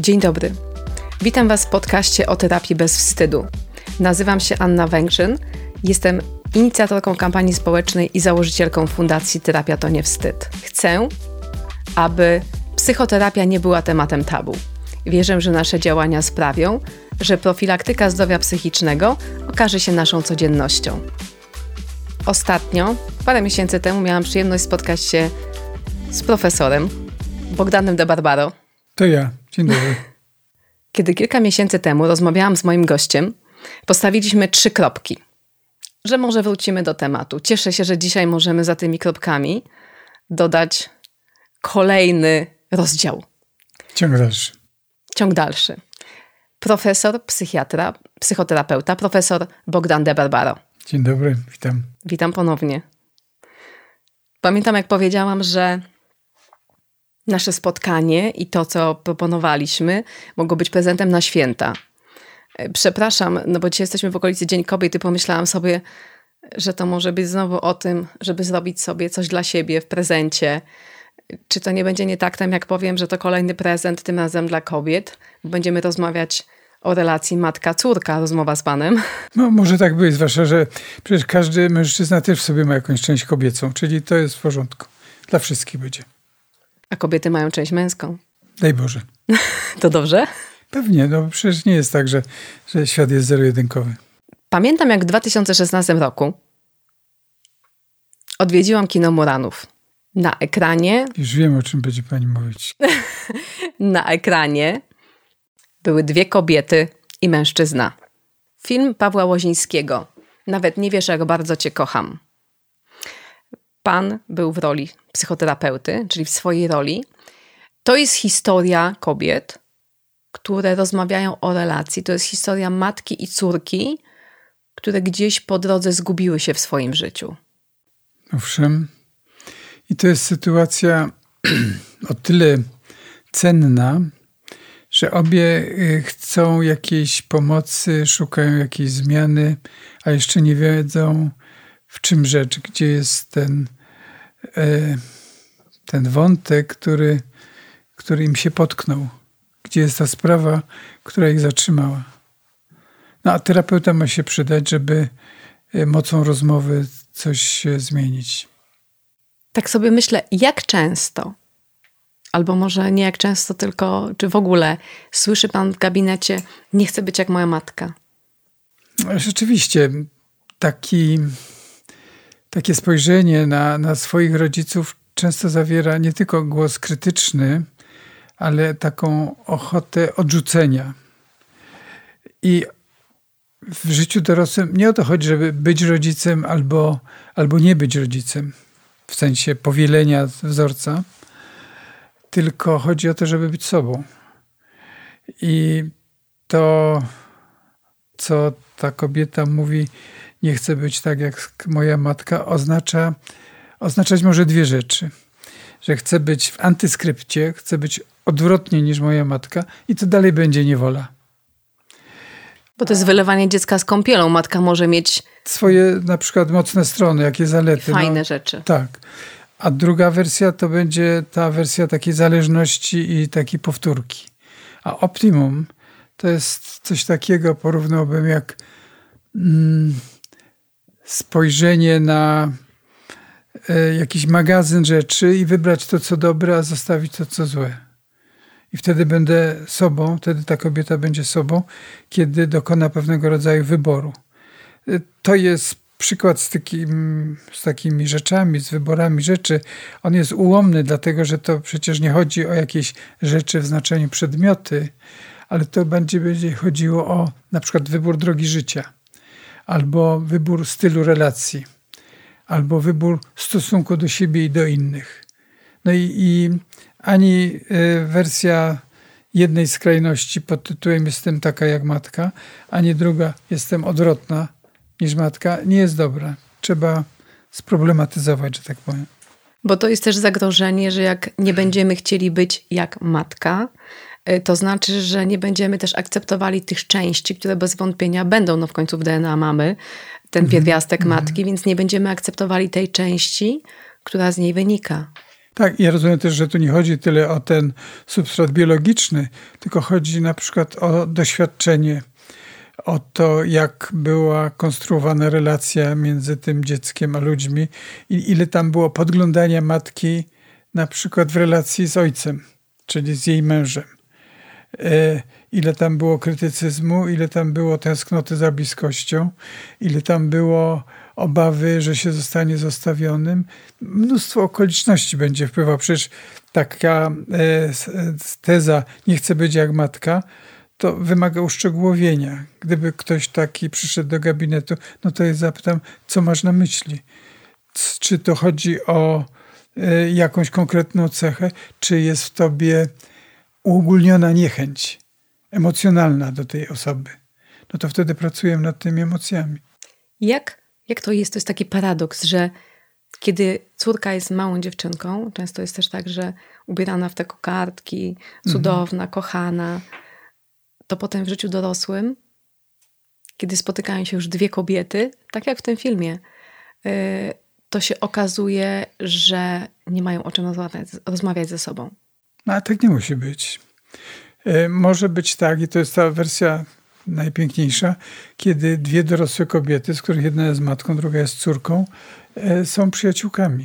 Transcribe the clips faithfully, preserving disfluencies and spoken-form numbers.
Dzień dobry. Witam Was w podcaście o terapii bez wstydu. Nazywam się Anna Węgrzyn. Jestem inicjatorką kampanii społecznej i założycielką Fundacji Terapia to nie wstyd. Chcę, aby psychoterapia nie była tematem tabu. Wierzę, że nasze działania sprawią, że profilaktyka zdrowia psychicznego okaże się naszą codziennością. Ostatnio, parę miesięcy temu, miałam przyjemność spotkać się z profesorem Bogdanem de Barbaro. To ja. Dzień dobry. Kiedy kilka miesięcy temu rozmawiałam z moim gościem, postawiliśmy trzy kropki, że może wrócimy do tematu. Cieszę się, że dzisiaj możemy za tymi kropkami dodać kolejny rozdział. Ciąg dalszy. Ciąg dalszy. Profesor, psychiatra, psychoterapeuta, profesor Bogdan de Barbaro. Dzień dobry, witam. Witam ponownie. Pamiętam, jak powiedziałam, że nasze spotkanie i to, co proponowaliśmy, mogło być prezentem na święta. Przepraszam, no bo dzisiaj jesteśmy w okolicy Dzień Kobiet i pomyślałam sobie, że to może być znowu o tym, żeby zrobić sobie coś dla siebie w prezencie. Czy to nie będzie nietaktem, jak powiem, że to kolejny prezent, tym razem dla kobiet? Będziemy rozmawiać o relacji matka-córka, rozmowa z panem. No może tak być, zwłaszcza, że przecież każdy mężczyzna też w sobie ma jakąś część kobiecą, czyli to jest w porządku. Dla wszystkich będzie. A kobiety mają część męską. Daj Boże. To dobrze? Pewnie, no przecież nie jest tak, że, że świat jest zero-jedynkowy. Pamiętam, jak w dwa tysiące szesnastym roku odwiedziłam kino Muranów. Na ekranie... Już wiem, o czym będzie pani mówić. Na ekranie były dwie kobiety i mężczyzna. Film Pawła Łozińskiego. Nawet nie wiesz, jak bardzo cię kocham. Pan był w roli psychoterapeuty, czyli w swojej roli. To jest historia kobiet, które rozmawiają o relacji. To jest historia matki i córki, które gdzieś po drodze zgubiły się w swoim życiu. Owszem. I to jest sytuacja o tyle cenna, że obie chcą jakiejś pomocy, szukają jakiejś zmiany, a jeszcze nie wiedzą, w czym rzecz, gdzie jest ten, ten wątek, który, który im się potknął. Gdzie jest ta sprawa, która ich zatrzymała. No a terapeuta ma się przydać, żeby mocą rozmowy coś zmienić. Tak sobie myślę, jak często, albo może nie jak często, tylko czy w ogóle słyszy pan w gabinecie, nie chcę być jak moja matka? Rzeczywiście, taki, takie spojrzenie na, na swoich rodziców często zawiera nie tylko głos krytyczny, ale taką ochotę odrzucenia. I w życiu dorosłym nie o to chodzi, żeby być rodzicem albo, albo nie być rodzicem, w sensie powielenia wzorca, tylko chodzi o to, żeby być sobą. I to, co ta kobieta mówi, nie chcę być tak jak moja matka, oznacza, oznaczać może dwie rzeczy. Że chcę być w antyskrypcie, chcę być odwrotnie niż moja matka i to dalej będzie niewola. Bo to jest wylewanie dziecka z kąpielą. Matka może mieć swoje na przykład mocne strony, jakie zalety. Fajne no, rzeczy. Tak. A druga wersja to będzie ta wersja takiej zależności i takiej powtórki. A optimum to jest coś takiego, porównałbym jak mm, spojrzenie na y, jakiś magazyn rzeczy i wybrać to, co dobre, a zostawić to, co złe. I wtedy będę sobą, wtedy ta kobieta będzie sobą, kiedy dokona pewnego rodzaju wyboru. To jest przykład z, takim, z takimi rzeczami, z wyborami rzeczy. On jest ułomny, dlatego że to przecież nie chodzi o jakieś rzeczy w znaczeniu przedmioty, ale to będzie, będzie chodziło o na przykład wybór drogi życia, albo wybór stylu relacji, albo wybór stosunku do siebie i do innych. No i, i ani wersja jednej skrajności pod tytułem jestem taka jak matka, ani druga jestem odwrotna niż matka, nie jest dobra. Trzeba sproblematyzować, że tak powiem. Bo to jest też zagrożenie, że jak nie będziemy chcieli być jak matka, to znaczy, że nie będziemy też akceptowali tych części, które bez wątpienia będą, no w końcu w D N A mamy ten pierwiastek mm. matki, więc nie będziemy akceptowali tej części, która z niej wynika. Tak, ja rozumiem też, że tu nie chodzi tyle o ten substrat biologiczny, tylko chodzi na przykład o doświadczenie, o to, jak była konstruowana relacja między tym dzieckiem a ludźmi i ile tam było podglądania matki na przykład w relacji z ojcem, czyli z jej mężem. Ile tam było krytycyzmu, ile tam było tęsknoty za bliskością, ile tam było obawy, że się zostanie zostawionym. Mnóstwo okoliczności będzie wpływało. Przecież taka teza nie chcę być jak matka, to wymaga uszczegółowienia. Gdyby ktoś taki przyszedł do gabinetu, no to ja zapytam, co masz na myśli? Czy to chodzi o jakąś konkretną cechę, czy jest w tobie uogólniona niechęć emocjonalna do tej osoby? No to wtedy pracuję nad tymi emocjami. Jak, jak to jest? To jest taki paradoks, że kiedy córka jest małą dziewczynką, często jest też tak, że ubierana w te kokardki, cudowna, mhm. kochana, to potem w życiu dorosłym, kiedy spotykają się już dwie kobiety, tak jak w tym filmie, to się okazuje, że nie mają o czym rozmawiać, rozmawiać ze sobą. No a tak nie musi być. Może być tak, i to jest ta wersja najpiękniejsza, kiedy dwie dorosłe kobiety, z których jedna jest matką, druga jest córką, są przyjaciółkami.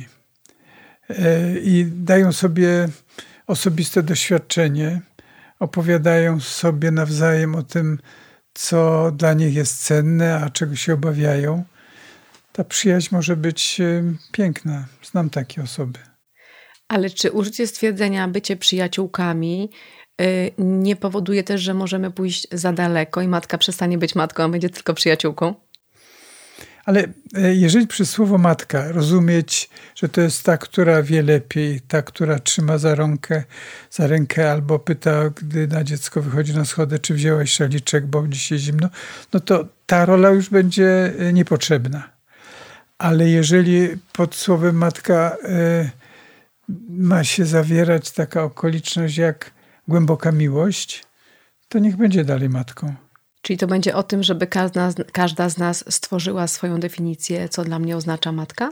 I dają sobie osobiste doświadczenie, opowiadają sobie nawzajem o tym, co dla nich jest cenne, a czego się obawiają. Ta przyjaźń może być piękna. Znam takie osoby. Ale czy użycie stwierdzenia bycie przyjaciółkami yy, nie powoduje też, że możemy pójść za daleko i matka przestanie być matką, a będzie tylko przyjaciółką? Ale jeżeli przez słowo matka rozumieć, że to jest ta, która wie lepiej, ta, która trzyma za rękę, za rękę albo pyta, gdy na dziecko wychodzi na schody, czy wzięłaś szaliczek, bo dzisiaj zimno, no to ta rola już będzie niepotrzebna. Ale jeżeli pod słowem matka y, ma się zawierać taka okoliczność jak głęboka miłość, to niech będzie dalej matką. Czyli to będzie o tym, żeby każda, każda z nas stworzyła swoją definicję, co dla mnie oznacza matka?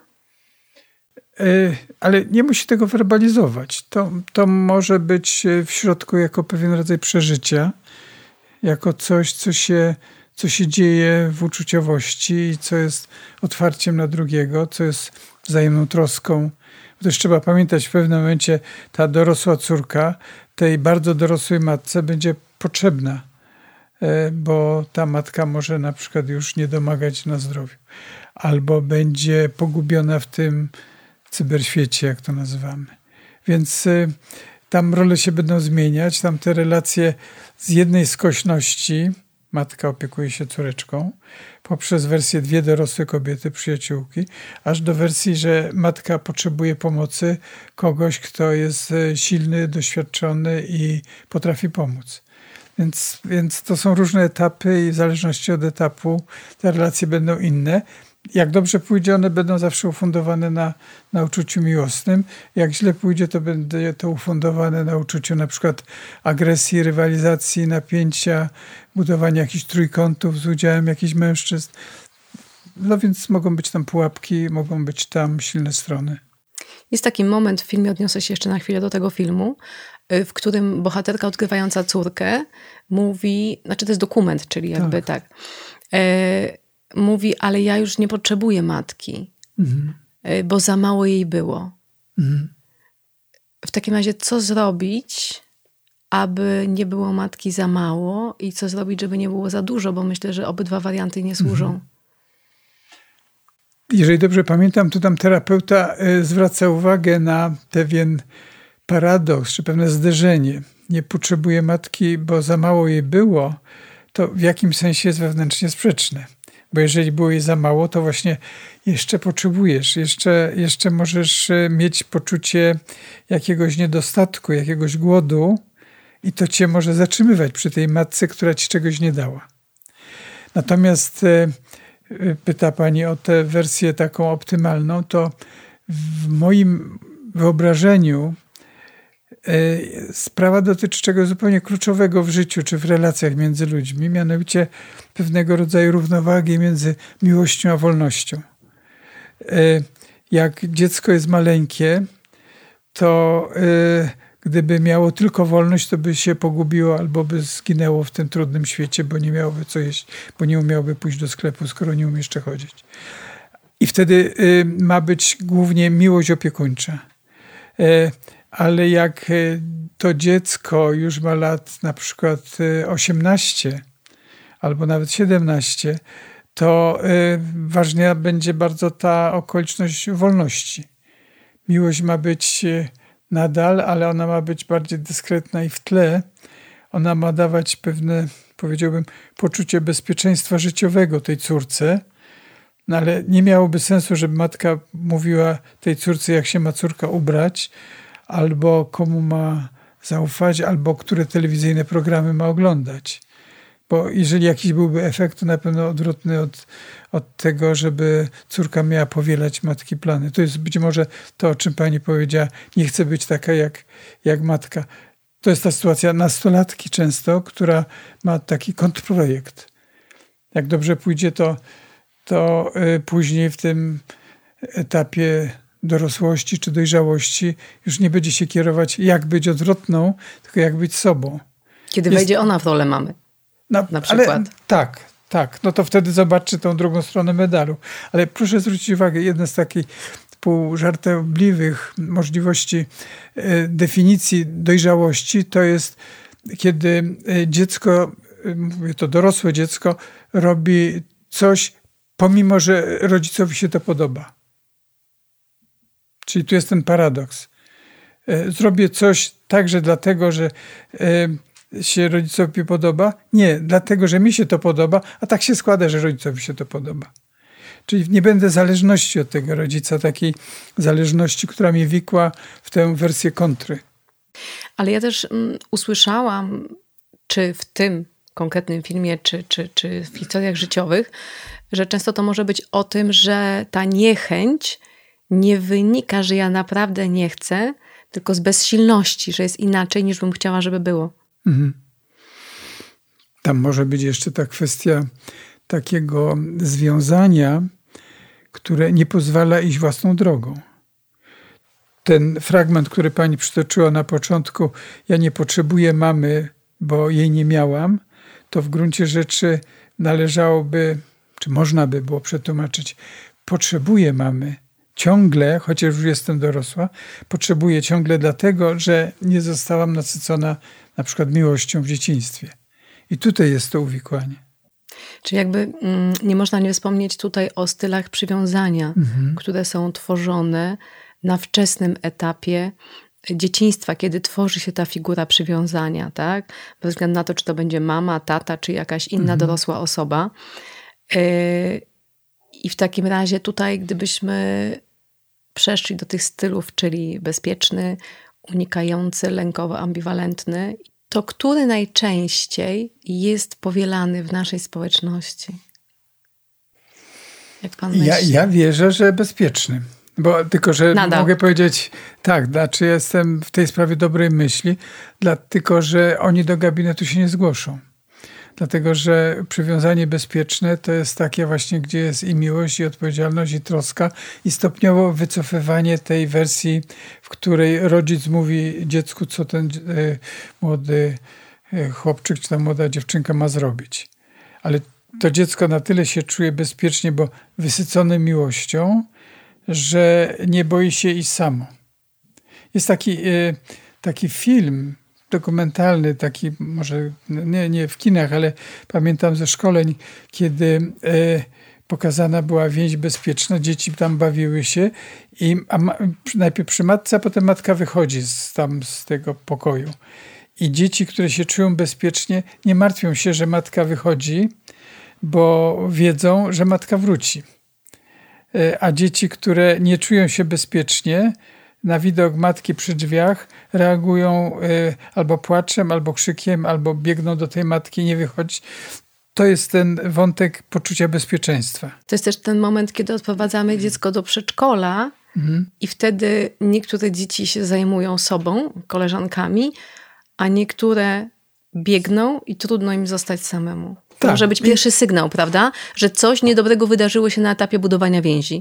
Y, ale nie musi tego werbalizować. To, to może być w środku jako pewien rodzaj przeżycia, jako coś, co się, co się dzieje w uczuciowości i co jest otwarciem na drugiego, co jest wzajemną troską. Bo też trzeba pamiętać, w pewnym momencie ta dorosła córka tej bardzo dorosłej matce będzie potrzebna, bo ta matka może na przykład już nie domagać na zdrowiu, albo będzie pogubiona w tym cyberświecie, jak to nazywamy. Więc tam role się będą zmieniać, tam te relacje z jednej skośności, matka opiekuje się córeczką, poprzez wersję dwie dorosłe kobiety, przyjaciółki, aż do wersji, że matka potrzebuje pomocy kogoś, kto jest silny, doświadczony i potrafi pomóc. Więc, więc to są różne etapy i w zależności od etapu te relacje będą inne. Jak dobrze pójdzie, one będą zawsze ufundowane na, na uczuciu miłosnym. Jak źle pójdzie, to będzie to ufundowane na uczuciu na przykład agresji, rywalizacji, napięcia, budowania jakichś trójkątów z udziałem jakichś mężczyzn. No więc mogą być tam pułapki, mogą być tam silne strony. Jest taki moment w filmie, odniosę się jeszcze na chwilę do tego filmu, w którym bohaterka odgrywająca córkę mówi, znaczy to jest dokument, czyli jakby tak, tak e, mówi, ale ja już nie potrzebuję matki, mhm. bo za mało jej było. Mhm. W takim razie co zrobić, aby nie było matki za mało i co zrobić, żeby nie było za dużo, bo myślę, że obydwa warianty nie służą. Mhm. Jeżeli dobrze pamiętam, to tam terapeuta zwraca uwagę na pewien paradoks, czy pewne zderzenie. Nie potrzebuje matki, bo za mało jej było, to w jakimś sensie jest wewnętrznie sprzeczne. Bo jeżeli było jej za mało, to właśnie jeszcze potrzebujesz, jeszcze, jeszcze możesz mieć poczucie jakiegoś niedostatku, jakiegoś głodu i to cię może zatrzymywać przy tej matce, która ci czegoś nie dała. Natomiast pyta pani o tę wersję taką optymalną, to w moim wyobrażeniu sprawa dotyczy czegoś zupełnie kluczowego w życiu czy w relacjach między ludźmi, mianowicie pewnego rodzaju równowagi między miłością a wolnością. Jak dziecko jest maleńkie, to y, gdyby miało tylko wolność, to by się pogubiło albo by zginęło w tym trudnym świecie, bo nie miałoby co jeść, bo nie umiałoby pójść do sklepu, skoro nie umie jeszcze chodzić. I wtedy y, ma być głównie miłość opiekuńcza. Y, ale jak y, to dziecko już ma lat na przykład y, osiemnaście albo nawet siedemnaście, to y, ważna będzie bardzo ta okoliczność wolności. Miłość ma być y, nadal, ale ona ma być bardziej dyskretna i w tle. Ona ma dawać pewne, powiedziałbym, poczucie bezpieczeństwa życiowego tej córce, no ale nie miałoby sensu, żeby matka mówiła tej córce, jak się ma córka ubrać, albo komu ma zaufać, albo które telewizyjne programy ma oglądać. Bo jeżeli jakiś byłby efekt, to na pewno odwrotny od, od tego, żeby córka miała powielać matki plany. To jest być może to, o czym pani powiedziała, nie chce być taka jak, jak matka. To jest ta sytuacja nastolatki często, która ma taki kontrprojekt. Jak dobrze pójdzie, to, to y, później w tym etapie dorosłości czy dojrzałości już nie będzie się kierować, jak być odwrotną, tylko jak być sobą. Kiedy jest, wejdzie ona w rolę mamy. No, na przykład. Ale, tak, tak. No to wtedy zobaczy tą drugą stronę medalu. Ale proszę zwrócić uwagę, jedna z takich półżartobliwych możliwości e, definicji dojrzałości to jest, kiedy dziecko, mówię to dorosłe dziecko, robi coś, pomimo że rodzicowi się to podoba. Czyli tu jest ten paradoks. E, zrobię coś także dlatego, że e, się rodzicowi podoba? Nie, dlatego, że mi się to podoba, a tak się składa, że rodzicowi się to podoba. Czyli nie będę zależności od tego rodzica, takiej zależności, która mnie wikła w tę wersję kontry. Ale ja też um, usłyszałam, czy w tym konkretnym filmie, czy, czy, czy w historiach życiowych, że często to może być o tym, że ta niechęć nie wynika, że ja naprawdę nie chcę, tylko z bezsilności, że jest inaczej, niż bym chciała, żeby było. Mhm. Tam może być jeszcze ta kwestia takiego związania, które nie pozwala iść własną drogą. Ten fragment, który pani przytoczyła na początku, ja nie potrzebuję mamy, bo jej nie miałam, to w gruncie rzeczy należałoby, czy można by było przetłumaczyć, potrzebuję mamy ciągle, chociaż już jestem dorosła, potrzebuję ciągle dlatego, że nie zostałam nasycona na przykład miłością w dzieciństwie. I tutaj jest to uwikłanie. Czyli jakby mm, nie można nie wspomnieć tutaj o stylach przywiązania, mhm. które są tworzone na wczesnym etapie dzieciństwa, kiedy tworzy się ta figura przywiązania, tak? Bez względu na to, czy to będzie mama, tata, czy jakaś inna mhm. dorosła osoba. Yy, I w takim razie tutaj, gdybyśmy przeszli do tych stylów, czyli bezpieczny, unikający, lękowo ambiwalentny, to który najczęściej jest powielany w naszej społeczności? Jak pan myśli? Ja, ja wierzę, że bezpieczny. Bo tylko, że Nadal. mogę powiedzieć tak, znaczy jestem w tej sprawie dobrej myśli, dlatego, że oni do gabinetu się nie zgłoszą. Dlatego, że przywiązanie bezpieczne to jest takie właśnie, gdzie jest i miłość, i odpowiedzialność, i troska, i stopniowo wycofywanie tej wersji, w której rodzic mówi dziecku, co ten y, młody y, chłopczyk, czy ta młoda dziewczynka ma zrobić. Ale to dziecko na tyle się czuje bezpiecznie, bo wysycone miłością, że nie boi się iść samo. Jest taki, y, taki film dokumentalny, taki może nie, nie w kinach, ale pamiętam ze szkoleń, kiedy e, pokazana była więź bezpieczna, dzieci tam bawiły się i a ma, najpierw przy matce, a potem matka wychodzi z, tam z tego pokoju. I dzieci, które się czują bezpiecznie, nie martwią się, że matka wychodzi, bo wiedzą, że matka wróci. E, a dzieci, które nie czują się bezpiecznie, na widok matki przy drzwiach reagują y, albo płaczem, albo krzykiem, albo biegną do tej matki, nie wychodzi. To jest ten wątek poczucia bezpieczeństwa. To jest też ten moment, kiedy odprowadzamy dziecko do przedszkola mhm. i wtedy niektóre dzieci się zajmują sobą, koleżankami, a niektóre biegną i trudno im zostać samemu. To tak. może być pierwszy sygnał, prawda? Że coś niedobrego wydarzyło się na etapie budowania więzi.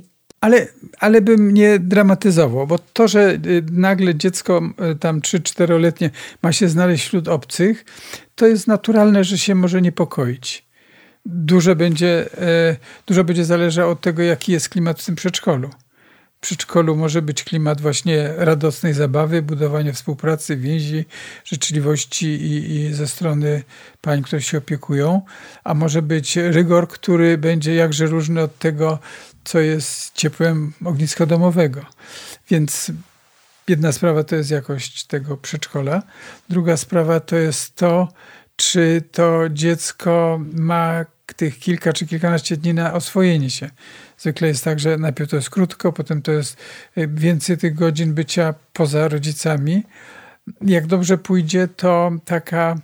Ale, ale bym nie dramatyzował, bo to, że nagle dziecko tam trzy-czteroletnie ma się znaleźć wśród obcych, to jest naturalne, że się może niepokoić. Dużo będzie, dużo będzie zależało od tego, jaki jest klimat w tym przedszkolu. W przedszkolu może być klimat właśnie radosnej zabawy, budowania współpracy, więzi, życzliwości i, i ze strony pań, które się opiekują, a może być rygor, który będzie jakże różny od tego, co jest ciepłem ogniska domowego. Więc jedna sprawa to jest jakość tego przedszkola. Druga sprawa to jest to, czy to dziecko ma tych kilka czy kilkanaście dni na oswojenie się. Zwykle jest tak, że najpierw to jest krótko, potem to jest więcej tych godzin bycia poza rodzicami. Jak dobrze pójdzie, to taka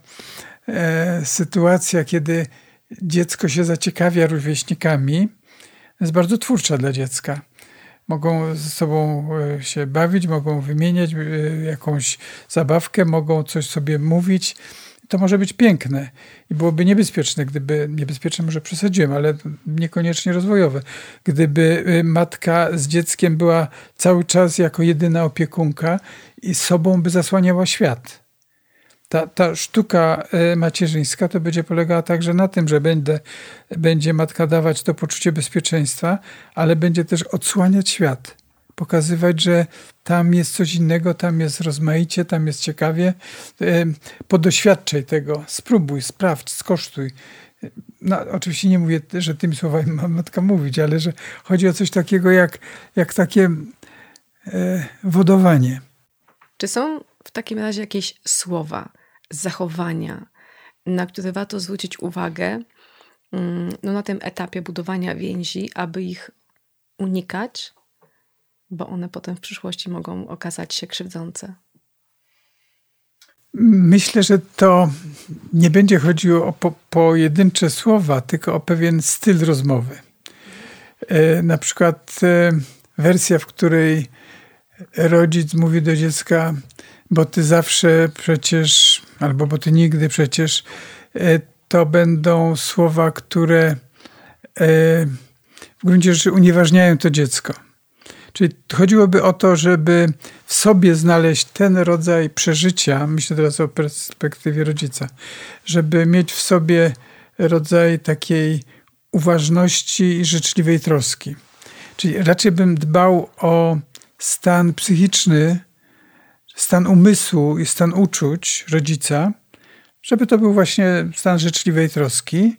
e, sytuacja, kiedy dziecko się zaciekawia rówieśnikami, jest bardzo twórcza dla dziecka. Mogą ze sobą się bawić, mogą wymieniać jakąś zabawkę, mogą coś sobie mówić. To może być piękne i byłoby niebezpieczne, gdyby, niebezpieczne może przesadziłem, ale niekoniecznie rozwojowe, gdyby matka z dzieckiem była cały czas jako jedyna opiekunka i sobą by zasłaniała świat. Ta, ta sztuka macierzyńska to będzie polegała także na tym, że będzie, będzie matka dawać to poczucie bezpieczeństwa, ale będzie też odsłaniać świat. Pokazywać, że tam jest coś innego, tam jest rozmaicie, tam jest ciekawie. Podoświadczaj tego, spróbuj, sprawdź, skosztuj. No, oczywiście nie mówię, że tymi słowami ma matka mówić, ale że chodzi o coś takiego jak, jak takie e, wodowanie. Czy są w takim razie jakieś słowa, zachowania, na które warto zwrócić uwagę no, na tym etapie budowania więzi, aby ich unikać? Bo one potem w przyszłości mogą okazać się krzywdzące. Myślę, że to nie będzie chodziło o po, pojedyncze słowa, tylko o pewien styl rozmowy. E, na przykład e, wersja, w której rodzic mówi do dziecka, bo ty zawsze przecież, albo bo ty nigdy przecież, e, to będą słowa, które e, w gruncie rzeczy unieważniają to dziecko. Czyli chodziłoby o to, żeby w sobie znaleźć ten rodzaj przeżycia, myślę teraz o perspektywie rodzica, żeby mieć w sobie rodzaj takiej uważności i życzliwej troski. Czyli raczej bym dbał o stan psychiczny, stan umysłu i stan uczuć rodzica, żeby to był właśnie stan życzliwej troski,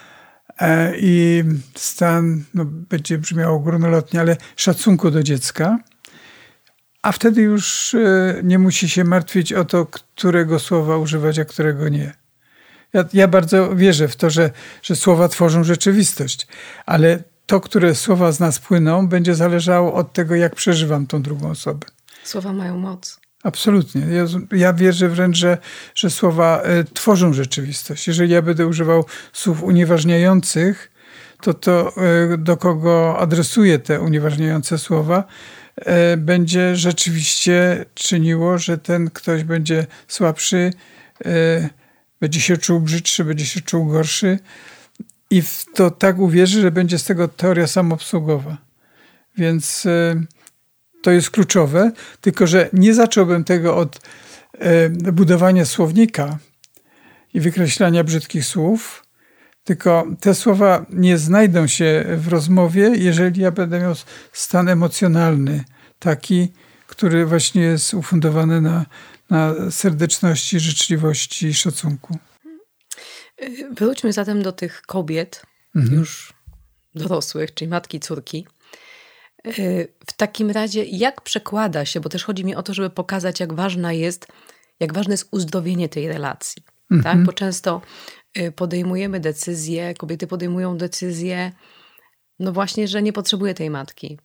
i stan, no, będzie brzmiało górnolotnie, ale szacunku do dziecka, a wtedy już nie musi się martwić o to, którego słowa używać, a którego nie. Ja, ja bardzo wierzę w to, że, że słowa tworzą rzeczywistość, ale to, które słowa z nas płyną, będzie zależało od tego, jak przeżywam tą drugą osobę. Słowa mają moc. Absolutnie. Ja, ja wierzę wręcz, że, że słowa y, tworzą rzeczywistość. Jeżeli ja będę używał słów unieważniających, to to, y, do kogo adresuję te unieważniające słowa, y, będzie rzeczywiście czyniło, że ten ktoś będzie słabszy, y, będzie się czuł brzydszy, będzie się czuł gorszy i w to tak uwierzy, że będzie z tego teoria samoobsługowa. Więc y, to jest kluczowe, tylko że nie zacząłbym tego od e, budowania słownika i wykreślania brzydkich słów, tylko te słowa nie znajdą się w rozmowie, jeżeli ja będę miał stan emocjonalny, taki, który właśnie jest ufundowany na, na serdeczności, życzliwości i szacunku. Wróćmy zatem do tych kobiet, mhm. już dorosłych, czyli matki, córki. W takim razie jak przekłada się, bo też chodzi mi o to, żeby pokazać, jak ważna jest, jak ważne jest uzdrowienie tej relacji. Mm-hmm. Tak? Bo często podejmujemy decyzje, kobiety podejmują decyzję, no właśnie, że nie potrzebuje tej matki.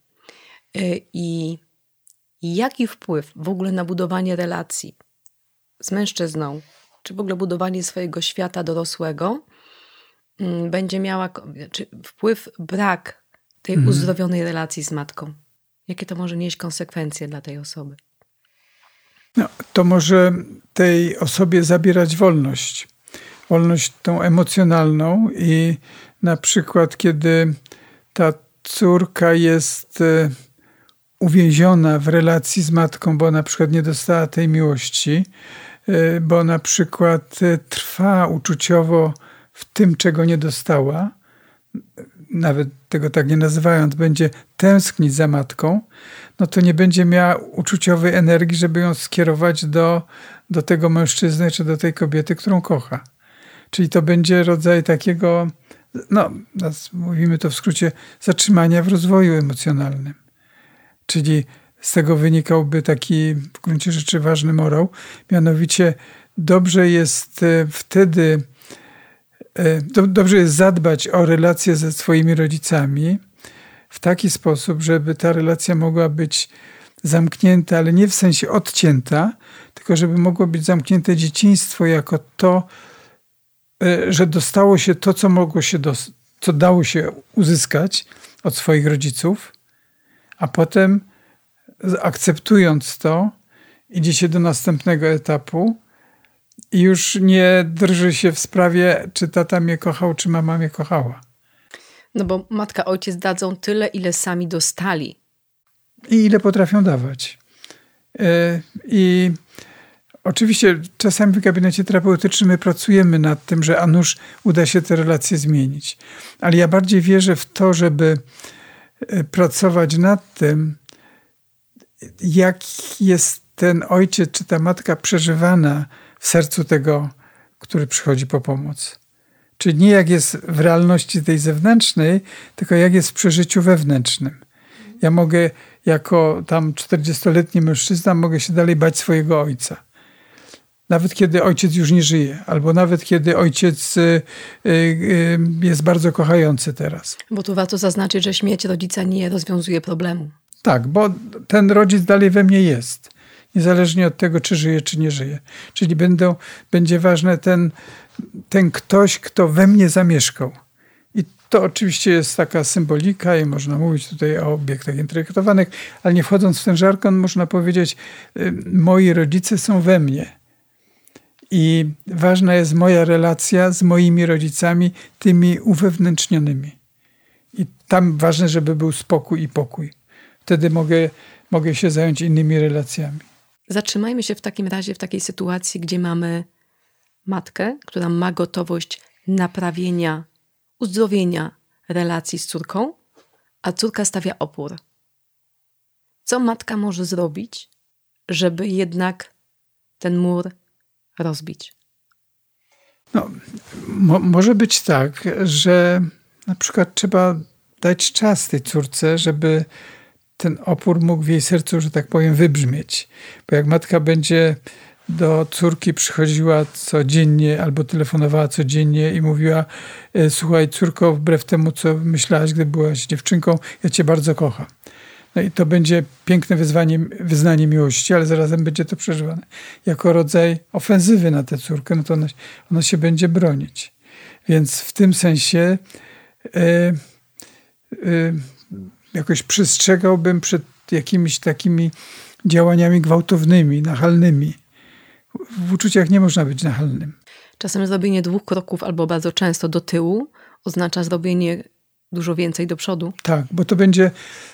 I jaki wpływ w ogóle na budowanie relacji z mężczyzną, czy w ogóle budowanie swojego świata dorosłego będzie miała, czy wpływ brak tej mhm. uzdrowionej relacji z matką. Jakie to może nieść konsekwencje dla tej osoby? No, to może tej osobie zabierać wolność. Wolność tą emocjonalną i na przykład, kiedy ta córka jest uwięziona w relacji z matką, bo na przykład nie dostała tej miłości, bo na przykład trwa uczuciowo w tym, czego nie dostała, nawet tego tak nie nazywając, będzie tęsknić za matką, no to nie będzie miała uczuciowej energii, żeby ją skierować do, do tego mężczyzny czy do tej kobiety, którą kocha. Czyli to będzie rodzaj takiego, no mówimy to w skrócie, zatrzymania w rozwoju emocjonalnym. Czyli z tego wynikałby taki w gruncie rzeczy ważny morał. Mianowicie dobrze jest wtedy, dobrze jest zadbać o relacje ze swoimi rodzicami w taki sposób, żeby ta relacja mogła być zamknięta, ale nie w sensie odcięta, tylko żeby mogło być zamknięte dzieciństwo jako to, że dostało się to, co mogło się, dos- co dało się uzyskać od swoich rodziców, a potem akceptując to, idzie się do następnego etapu i już nie drży się w sprawie, czy tata mnie kochał, czy mama mnie kochała. No bo matka, ojciec dadzą tyle, ile sami dostali. I ile potrafią dawać. I oczywiście czasami w gabinecie terapeutycznym my pracujemy nad tym, że a nuż uda się te relacje zmienić. Ale ja bardziej wierzę w to, żeby pracować nad tym, jak jest ten ojciec czy ta matka przeżywana w sercu tego, który przychodzi po pomoc. Czyli nie jak jest w realności tej zewnętrznej, tylko jak jest w przeżyciu wewnętrznym. Ja mogę jako tam czterdziestoletni mężczyzna mogę się dalej bać swojego ojca. Nawet kiedy ojciec już nie żyje, albo nawet kiedy ojciec y, y, jest bardzo kochający teraz. Bo tu warto zaznaczyć, że śmierć rodzica nie rozwiązuje problemu. Tak, bo ten rodzic dalej we mnie jest. Niezależnie od tego, czy żyje, czy nie żyje. Czyli będą, będzie ważne ten, ten ktoś, kto we mnie zamieszkał. I to oczywiście jest taka symbolika i można mówić tutaj o obiektach intelektowanych, ale nie wchodząc w ten żargon, można powiedzieć, moi rodzice są we mnie. I ważna jest moja relacja z moimi rodzicami, tymi uwewnętrznionymi. I tam ważne, żeby był spokój i pokój. Wtedy mogę, mogę się zająć innymi relacjami. Zatrzymajmy się w takim razie w takiej sytuacji, gdzie mamy matkę, która ma gotowość naprawienia, uzdrowienia relacji z córką, a córka stawia opór. Co matka może zrobić, żeby jednak ten mur rozbić? No, mo- może być tak, że na przykład trzeba dać czas tej córce, żeby ten opór mógł w jej sercu, że tak powiem, wybrzmieć. Bo jak matka będzie do córki przychodziła codziennie albo telefonowała codziennie i mówiła: słuchaj, córko, wbrew temu, co myślałaś, gdy byłaś dziewczynką, ja cię bardzo kocham. No i to będzie piękne wyzwanie, wyznanie miłości, ale zarazem będzie to przeżywane jako rodzaj ofensywy na tę córkę, no to ona, ona się będzie bronić. Więc w tym sensie y, y, jakoś przestrzegałbym przed jakimiś takimi działaniami gwałtownymi, nachalnymi. W uczuciach nie można być nachalnym. Czasem zrobienie dwóch kroków albo bardzo często do tyłu oznacza zrobienie dużo więcej do przodu. Tak, bo to będzie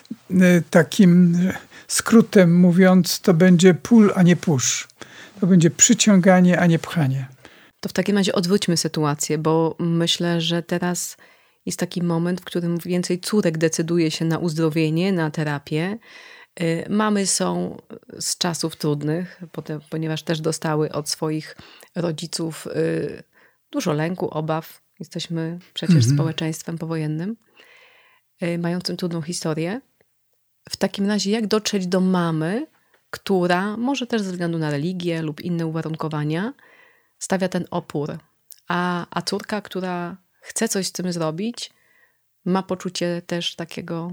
takim skrótem mówiąc, to będzie pull, a nie push. To będzie przyciąganie, a nie pchanie. To w takim razie odwróćmy sytuację, bo myślę, że teraz jest taki moment, w którym więcej córek decyduje się na uzdrowienie, na terapię. Mamy są z czasów trudnych, ponieważ też dostały od swoich rodziców dużo lęku, obaw. Jesteśmy przecież mhm. społeczeństwem powojennym, mającym trudną historię. W takim razie jak dotrzeć do mamy, która może też ze względu na religię lub inne uwarunkowania stawia ten opór, a, a córka, która chce coś z tym zrobić, ma poczucie też takiego,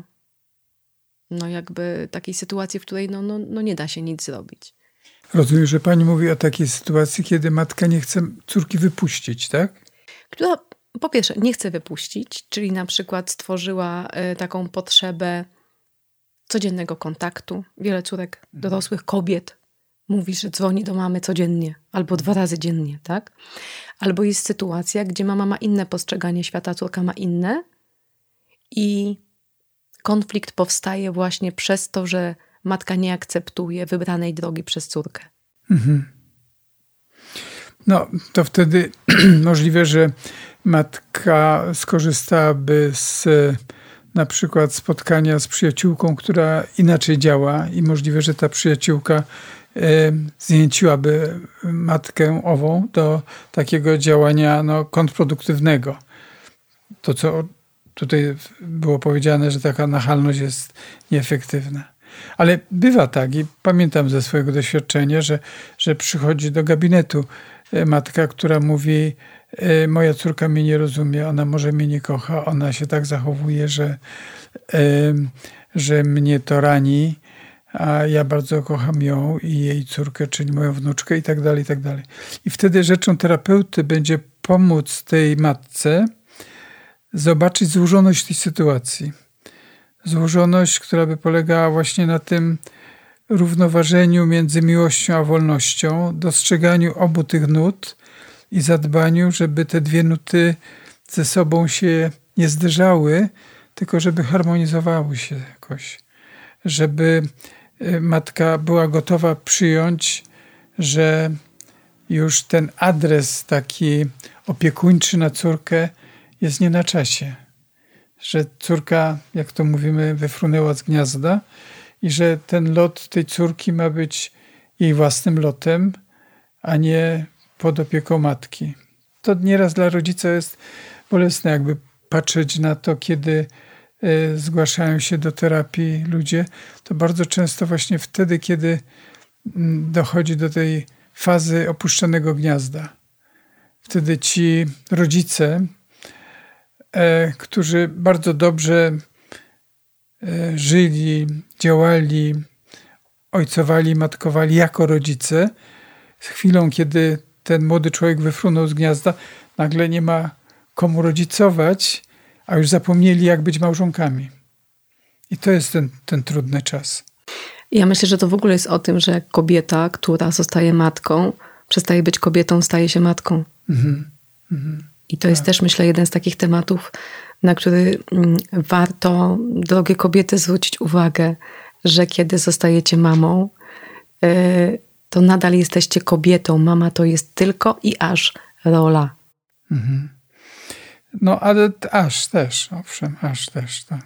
no jakby takiej sytuacji, w której no, no, no nie da się nic zrobić. Rozumiem, że pani mówi o takiej sytuacji, kiedy matka nie chce córki wypuścić, tak? Która po pierwsze nie chce wypuścić, czyli na przykład stworzyła y, taką potrzebę codziennego kontaktu. Wiele córek, dorosłych kobiet mówi, że dzwoni do mamy codziennie albo dwa razy dziennie, tak? Albo jest sytuacja, gdzie mama ma inne postrzeganie świata, córka ma inne i konflikt powstaje właśnie przez to, że matka nie akceptuje wybranej drogi przez córkę. Mhm. No, to wtedy możliwe, że matka skorzystałaby z na przykład spotkania z przyjaciółką, która inaczej działa i możliwe, że ta przyjaciółka e, zniechęciłaby matkę ową do takiego działania no, kontrproduktywnego. To, co tutaj było powiedziane, że taka nachalność jest nieefektywna. Ale bywa tak i pamiętam ze swojego doświadczenia, że, że przychodzi do gabinetu matka, która mówi: moja córka mnie nie rozumie, ona może mnie nie kocha, ona się tak zachowuje, że, że mnie to rani, a ja bardzo kocham ją i jej córkę, czyli moją wnuczkę i tak dalej, i tak dalej. I wtedy rzeczą terapeuty będzie pomóc tej matce zobaczyć złożoność tej sytuacji. Złożoność, która by polegała właśnie na tym równoważeniu między miłością a wolnością, dostrzeganiu obu tych nut i zadbaniu, żeby te dwie nuty ze sobą się nie zderzały, tylko żeby harmonizowały się jakoś. Żeby matka była gotowa przyjąć, że już ten adres taki opiekuńczy na córkę jest nie na czasie. Że córka, jak to mówimy, wyfrunęła z gniazda i że ten lot tej córki ma być jej własnym lotem, a nie pod opieką matki. To nieraz dla rodzica jest bolesne, jakby patrzeć na to, kiedy y, zgłaszają się do terapii ludzie, to bardzo często właśnie wtedy, kiedy y, dochodzi do tej fazy opuszczonego gniazda. Wtedy ci rodzice, y, którzy bardzo dobrze y, żyli, działali, ojcowali, matkowali jako rodzice, z chwilą, kiedy ten młody człowiek wyfrunął z gniazda, nagle nie ma komu rodzicować, a już zapomnieli, jak być małżonkami. I to jest ten, ten trudny czas. Ja myślę, że to w ogóle jest o tym, że kobieta, która zostaje matką, przestaje być kobietą, staje się matką. Mm-hmm. Mm-hmm. I to tak. jest też, myślę, jeden z takich tematów, na który mm, warto, drogie kobiety, zwrócić uwagę, że kiedy zostajecie mamą, yy, to nadal jesteście kobietą. Mama to jest tylko i aż rola. Mhm. No, ale aż też, owszem, aż też. Tak.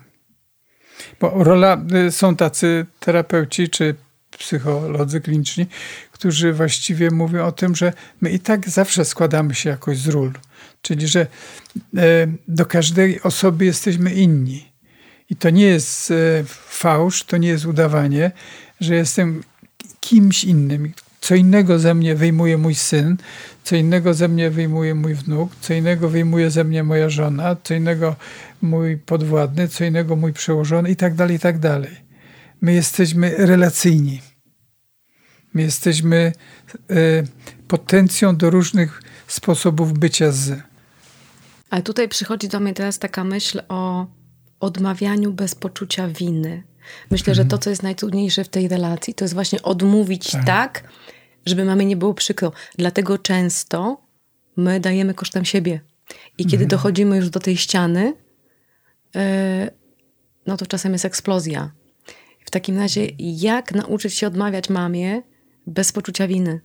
Bo rola, są tacy terapeuci czy psycholodzy kliniczni, którzy właściwie mówią o tym, że my i tak zawsze składamy się jakoś z ról. Czyli, że do każdej osoby jesteśmy inni. I to nie jest fałsz, to nie jest udawanie, że jestem kimś innym. Co innego ze mnie wyjmuje mój syn, co innego ze mnie wyjmuje mój wnuk, co innego wyjmuje ze mnie moja żona, co innego mój podwładny, co innego mój przełożony i tak dalej, i tak dalej. My jesteśmy relacyjni. My jesteśmy y, potencją do różnych sposobów bycia z. Ale tutaj przychodzi do mnie teraz taka myśl o odmawianiu bez poczucia winy. Myślę, że to, co jest najtrudniejsze w tej relacji, to jest właśnie odmówić tak, tak żeby mamie nie było przykro. Dlatego często my dajemy kosztem siebie. I kiedy mhm. dochodzimy już do tej ściany, yy, no to czasem jest eksplozja. W takim razie, jak nauczyć się odmawiać mamie bez poczucia winy?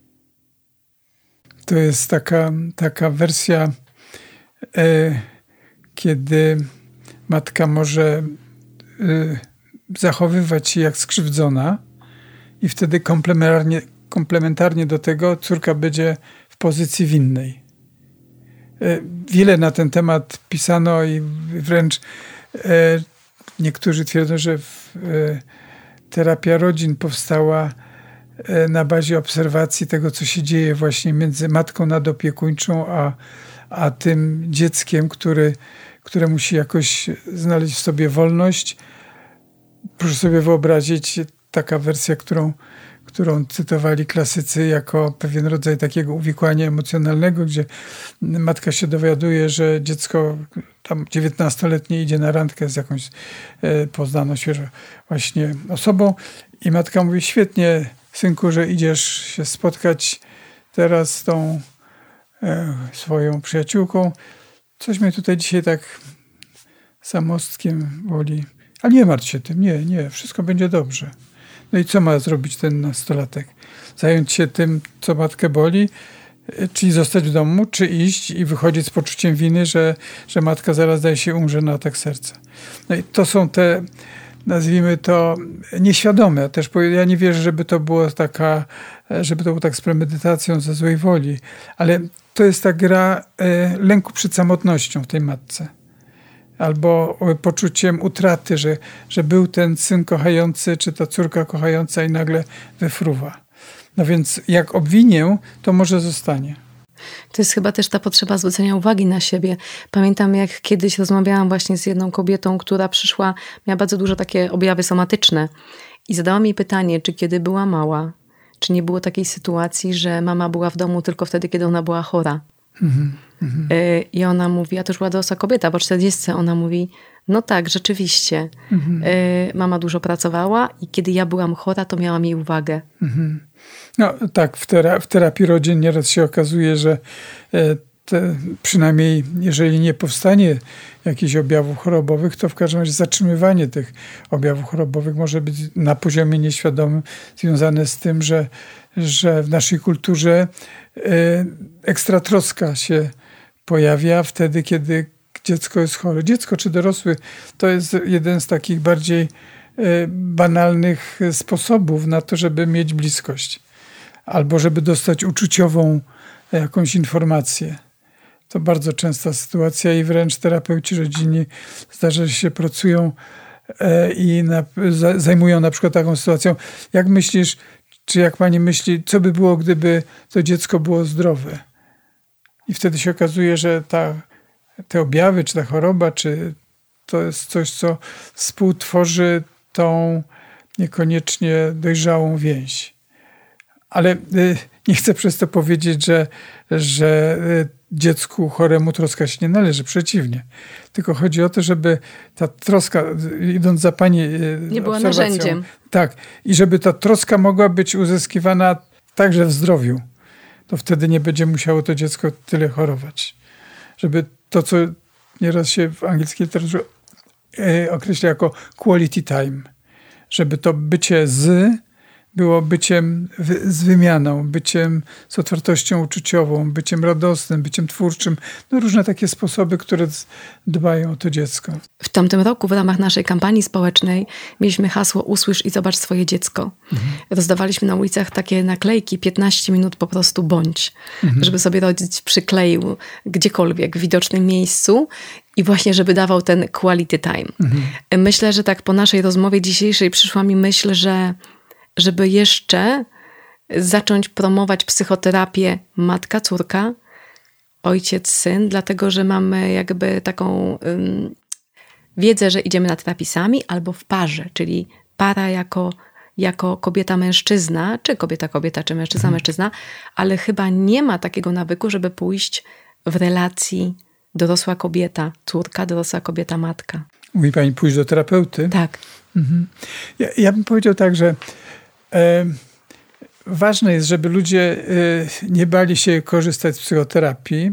To jest taka, taka wersja, yy, kiedy matka może yy, zachowywać się jak skrzywdzona i wtedy komplementarnie, komplementarnie do tego córka będzie w pozycji winnej. Wiele na ten temat pisano i wręcz niektórzy twierdzą, że terapia rodzin powstała na bazie obserwacji tego, co się dzieje właśnie między matką nadopiekuńczą, a, a tym dzieckiem, który, które musi jakoś znaleźć w sobie wolność. Proszę sobie wyobrazić, taka wersja, którą, którą cytowali klasycy jako pewien rodzaj takiego uwikłania emocjonalnego, gdzie matka się dowiaduje, że dziecko tam dziewiętnastoletnie idzie na randkę z jakąś e, poznaną świeżo właśnie osobą i matka mówi: świetnie, synku, że idziesz się spotkać teraz z tą e, swoją przyjaciółką. Coś mnie tutaj dzisiaj tak za mostkiem boli. Ale nie martw się tym, nie, nie, wszystko będzie dobrze. No i co ma zrobić ten nastolatek? Zająć się tym, co matkę boli, czyli zostać w domu, czy iść i wychodzić z poczuciem winy, że, że matka zaraz daje się umrze na atak serca. No i to są te, nazwijmy to, nieświadome. Też ja nie wierzę, żeby to było taka, żeby to było tak z premedytacją, ze złej woli, ale to jest ta gra lęku przed samotnością w tej matce. Albo poczuciem utraty, że, że był ten syn kochający, czy ta córka kochająca i nagle wyfruwa. No więc jak obwinię, to może zostanie. To jest chyba też ta potrzeba zwrócenia uwagi na siebie. Pamiętam, jak kiedyś rozmawiałam właśnie z jedną kobietą, która przyszła, miała bardzo dużo takie objawy somatyczne i zadała mi pytanie, czy kiedy była mała, czy nie było takiej sytuacji, że mama była w domu tylko wtedy, kiedy ona była chora. Mm-hmm, mm-hmm. I ona mówi, a to już była dorosła kobieta, po czterdziestce, ona mówi, no tak, rzeczywiście. Mm-hmm. Mama dużo pracowała i kiedy ja byłam chora, to miałam jej uwagę. Mm-hmm. No tak, w, tera- w terapii rodzin nieraz się okazuje, że te, przynajmniej jeżeli nie powstanie jakichś objawów chorobowych, to w każdym razie zatrzymywanie tych objawów chorobowych może być na poziomie nieświadomym związane z tym, że, że w naszej kulturze ekstra troska się pojawia wtedy, kiedy dziecko jest chore. Dziecko czy dorosły to jest jeden z takich bardziej banalnych sposobów na to, żeby mieć bliskość. Albo żeby dostać uczuciową jakąś informację. To bardzo częsta sytuacja i wręcz terapeuci rodzinni zdarza się, pracują i na, zajmują na przykład taką sytuacją. Jak myślisz, czy jak pani myśli, co by było, gdyby to dziecko było zdrowe? I wtedy się okazuje, że ta, te objawy, czy ta choroba, czy to jest coś, co współtworzy tą niekoniecznie dojrzałą więź. Ale nie chcę przez to powiedzieć, że, że dziecku choremu troska się nie należy. Przeciwnie. Tylko chodzi o to, żeby ta troska, idąc za pani nie była narzędziem. Tak. I żeby ta troska mogła być uzyskiwana także w zdrowiu. To wtedy nie będzie musiało to dziecko tyle chorować. Żeby to, co nieraz się w angielskiej literaturze określa jako quality time. Żeby to bycie z było byciem z wymianą, byciem z otwartością uczuciową, byciem radosnym, byciem twórczym. No różne takie sposoby, które dbają o to dziecko. W tamtym roku w ramach naszej kampanii społecznej mieliśmy hasło Usłysz i zobacz swoje dziecko. Mhm. Rozdawaliśmy na ulicach takie naklejki piętnaście minut po prostu bądź. Mhm. Żeby sobie rodzic przykleił gdziekolwiek, w widocznym miejscu i właśnie, żeby dawał ten quality time. Mhm. Myślę, że tak po naszej rozmowie dzisiejszej przyszła mi myśl, że żeby jeszcze zacząć promować psychoterapię matka-córka, ojciec-syn, dlatego że mamy jakby taką um, wiedzę, że idziemy na terapię sami albo w parze, czyli para jako, jako kobieta-mężczyzna, czy kobieta-kobieta, czy mężczyzna-mężczyzna, ale chyba nie ma takiego nawyku, żeby pójść w relacji dorosła kobieta, córka, dorosła kobieta, matka. Mówi pani pójść do terapeuty? Tak. Mhm. Ja, ja bym powiedział tak, że e, ważne jest, żeby ludzie e, nie bali się korzystać z psychoterapii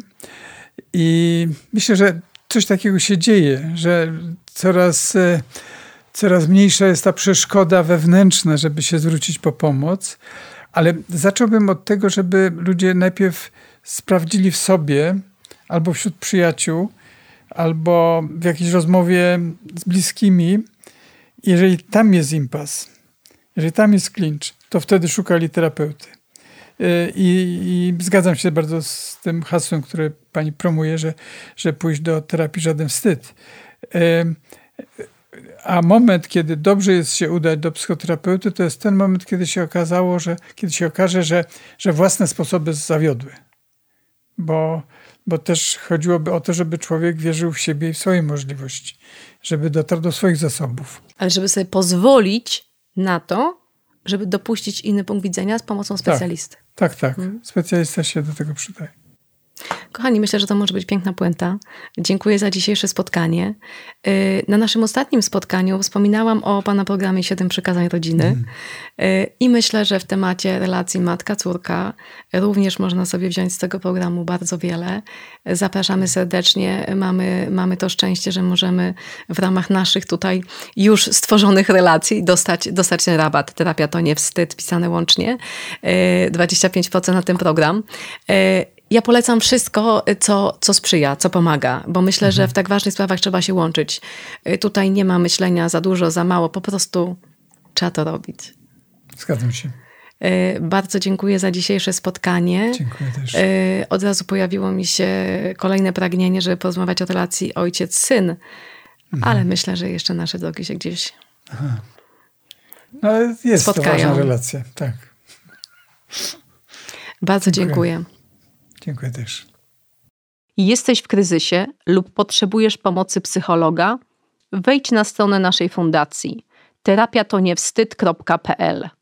i myślę, że coś takiego się dzieje, że coraz, e, coraz mniejsza jest ta przeszkoda wewnętrzna, żeby się zwrócić po pomoc, ale zacząłbym od tego, żeby ludzie najpierw sprawdzili w sobie albo wśród przyjaciół, albo w jakiejś rozmowie z bliskimi, jeżeli tam jest impas, jeżeli tam jest klincz, to wtedy szukali terapeuty. I, i zgadzam się bardzo z tym hasłem, które pani promuje, że, że pójść do terapii żaden wstyd. A moment, kiedy dobrze jest się udać do psychoterapeuty, to jest ten moment, kiedy się okazało, że kiedy się okaże, że, że własne sposoby zawiodły. Bo Bo też chodziłoby o to, żeby człowiek wierzył w siebie i w swoje możliwości. Żeby dotarł do swoich zasobów. Ale żeby sobie pozwolić na to, żeby dopuścić inny punkt widzenia z pomocą specjalisty. Tak, tak. tak. Hmm. Specjalista się do tego przydaje. Kochani, myślę, że to może być piękna puenta. Dziękuję za dzisiejsze spotkanie. Na naszym ostatnim spotkaniu wspominałam o Pana programie Siedem Przykazań Rodziny mm. i myślę, że w temacie relacji matka-córka również można sobie wziąć z tego programu bardzo wiele. Zapraszamy serdecznie. Mamy, mamy to szczęście, że możemy w ramach naszych tutaj już stworzonych relacji dostać, dostać ten rabat. Terapia to nie wstyd, pisane łącznie. dwadzieścia pięć procent na ten program. Ja polecam wszystko, co, co sprzyja, co pomaga, bo myślę, mhm. że w tak ważnych sprawach trzeba się łączyć. Tutaj nie ma myślenia za dużo, za mało, po prostu trzeba to robić. Zgadzam się. Bardzo dziękuję za dzisiejsze spotkanie. Dziękuję też. Od razu pojawiło mi się kolejne pragnienie, żeby porozmawiać o relacji ojciec-syn, mhm. ale myślę, że jeszcze nasze drogi się gdzieś Aha. No, jest spotkają. To ważna relacja, tak. Bardzo dziękuję. dziękuję. Dziękuję też. Jesteś w kryzysie lub potrzebujesz pomocy psychologa? Wejdź na stronę naszej fundacji terapia to nie wstyd kropka p l.